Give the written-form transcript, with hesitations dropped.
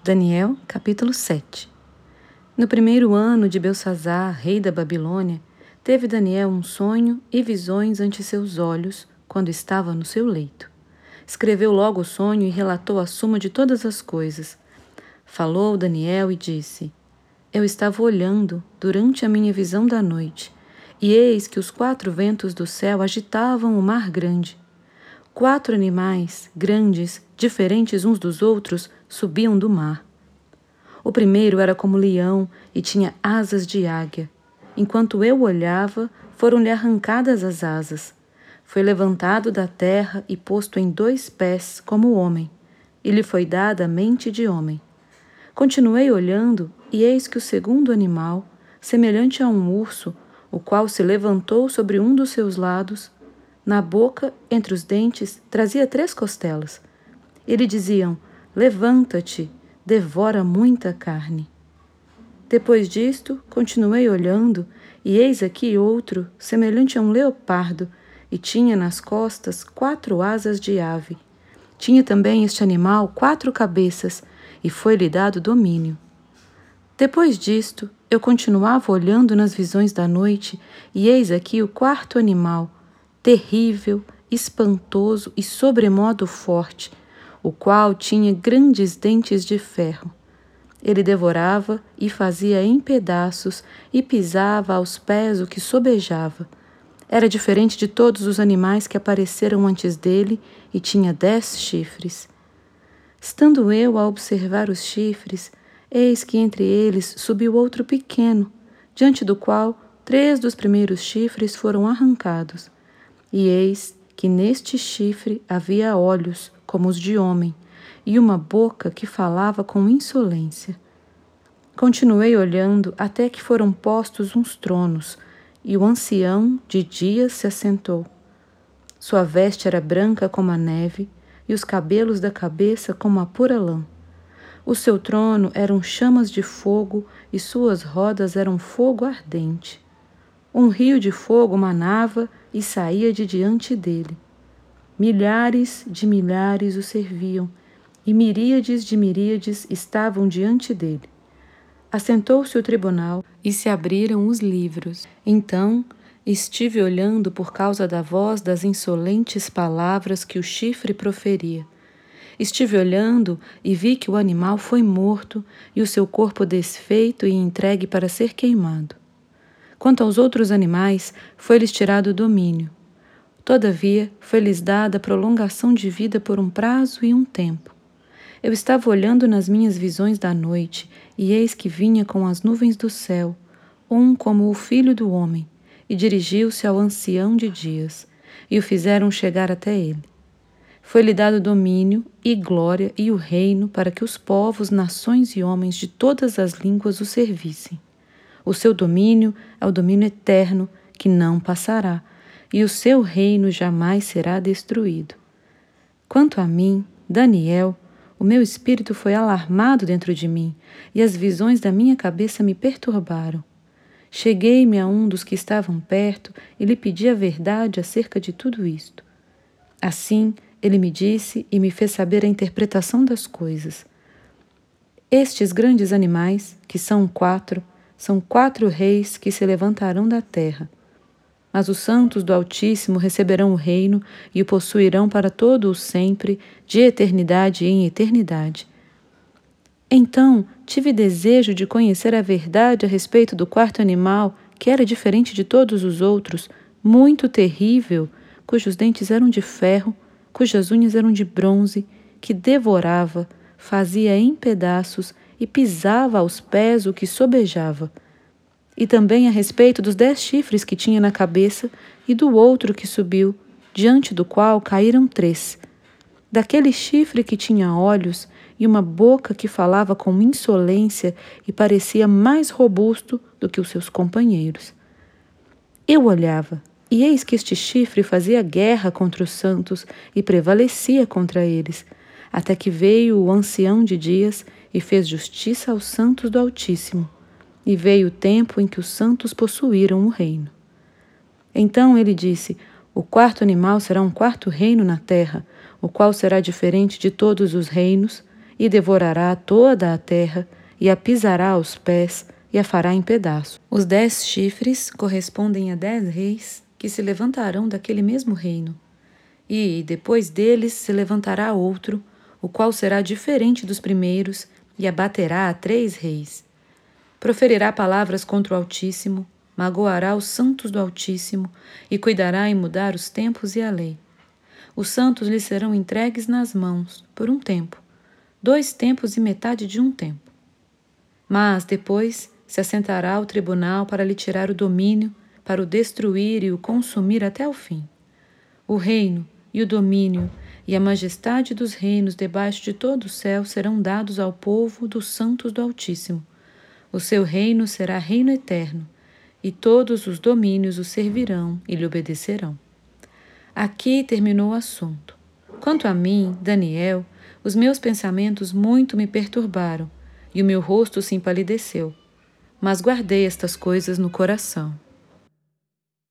Daniel, capítulo 7. No primeiro ano de Belsazzar, rei da Babilônia, teve Daniel um sonho e visões ante seus olhos, quando estava no seu leito. Escreveu logo o sonho e relatou a suma de todas as coisas. Falou Daniel e disse: Eu estava olhando durante a minha visão da noite, e eis que os 4 ventos do céu agitavam o mar grande. 4 animais, grandes, diferentes uns dos outros, subiam do mar. O primeiro era como leão e tinha asas de águia. Enquanto eu olhava, foram-lhe arrancadas as asas. Foi levantado da terra e posto em 2 pés como homem, e lhe foi dada a mente de homem. Continuei olhando, e eis que o segundo animal, semelhante a um urso, o qual se levantou sobre um dos seus lados, na boca, entre os dentes, trazia 3 costelas. E lhe diziam: Levanta-te, devora muita carne. Depois disto, continuei olhando, e eis aqui outro, semelhante a um leopardo, e tinha nas costas 4 asas de ave. Tinha também este animal 4 cabeças, e foi-lhe dado domínio. Depois disto, eu continuava olhando nas visões da noite, e eis aqui o 4º animal, terrível, espantoso e sobremodo forte, o qual tinha grandes dentes de ferro. Ele devorava e fazia em pedaços e pisava aos pés o que sobejava. Era diferente de todos os animais que apareceram antes dele e tinha 10 chifres. Estando eu a observar os chifres, eis que entre eles subiu outro pequeno, diante do qual 3 dos primeiros chifres foram arrancados. E eis que neste chifre havia olhos, como os de homem, e uma boca que falava com insolência. Continuei olhando até que foram postos uns tronos, e o ancião de dias se assentou. Sua veste era branca como a neve, e os cabelos da cabeça como a pura lã. O seu trono eram chamas de fogo, e suas rodas eram fogo ardente. Um rio de fogo manava e saía de diante dele. Milhares de milhares o serviam, e miríades de miríades estavam diante dele. Assentou-se o tribunal e se abriram os livros. Então estive olhando por causa da voz das insolentes palavras que o chifre proferia. Estive olhando e vi que o animal foi morto e o seu corpo desfeito e entregue para ser queimado. Quanto aos outros animais, foi-lhes tirado o domínio. Todavia, foi-lhes dada prolongação de vida por um prazo e um tempo. Eu estava olhando nas minhas visões da noite, e eis que vinha com as nuvens do céu, um como o filho do homem, e dirigiu-se ao ancião de dias, e o fizeram chegar até ele. Foi-lhe dado domínio e glória e o reino para que os povos, nações e homens de todas as línguas o servissem. O seu domínio é o domínio eterno, que não passará, e o seu reino jamais será destruído. Quanto a mim, Daniel, o meu espírito foi alarmado dentro de mim, e as visões da minha cabeça me perturbaram. Cheguei-me a um dos que estavam perto e lhe pedi a verdade acerca de tudo isto. Assim, ele me disse e me fez saber a interpretação das coisas. Estes grandes animais, que são 4, são 4 reis que se levantarão da terra. Mas os santos do Altíssimo receberão o reino e o possuirão para todo o sempre, de eternidade em eternidade. Então tive desejo de conhecer a verdade a respeito do 4º animal, que era diferente de todos os outros, muito terrível, cujos dentes eram de ferro, cujas unhas eram de bronze, que devorava, fazia em pedaços e pisava aos pés o que sobejava. E também a respeito dos 10 chifres que tinha na cabeça e do outro que subiu, diante do qual caíram 3. Daquele chifre que tinha olhos e uma boca que falava com insolência e parecia mais robusto do que os seus companheiros. Eu olhava, e eis que este chifre fazia guerra contra os santos e prevalecia contra eles, até que veio o ancião de dias e fez justiça aos santos do Altíssimo. E veio o tempo em que os santos possuíram o reino. Então ele disse: O 4º animal será um 4º reino na terra, o qual será diferente de todos os reinos, e devorará toda a terra, e a pisará aos pés, e a fará em pedaços. Os 10 chifres correspondem a 10 reis que se levantarão daquele mesmo reino. E, depois deles, se levantará outro, o qual será diferente dos primeiros, e abaterá a 3 reis. Proferirá palavras contra o Altíssimo, magoará os santos do Altíssimo, e cuidará em mudar os tempos e a lei. Os santos lhe serão entregues nas mãos, por um tempo, 2 tempos e metade de um tempo. Mas, depois, se assentará ao tribunal para lhe tirar o domínio, para o destruir e o consumir até o fim. O reino e o domínio e a majestade dos reinos debaixo de todo o céu serão dados ao povo dos santos do Altíssimo. O seu reino será reino eterno, e todos os domínios o servirão e lhe obedecerão. Aqui terminou o assunto. Quanto a mim, Daniel, os meus pensamentos muito me perturbaram, e o meu rosto se empalideceu. Mas guardei estas coisas no coração.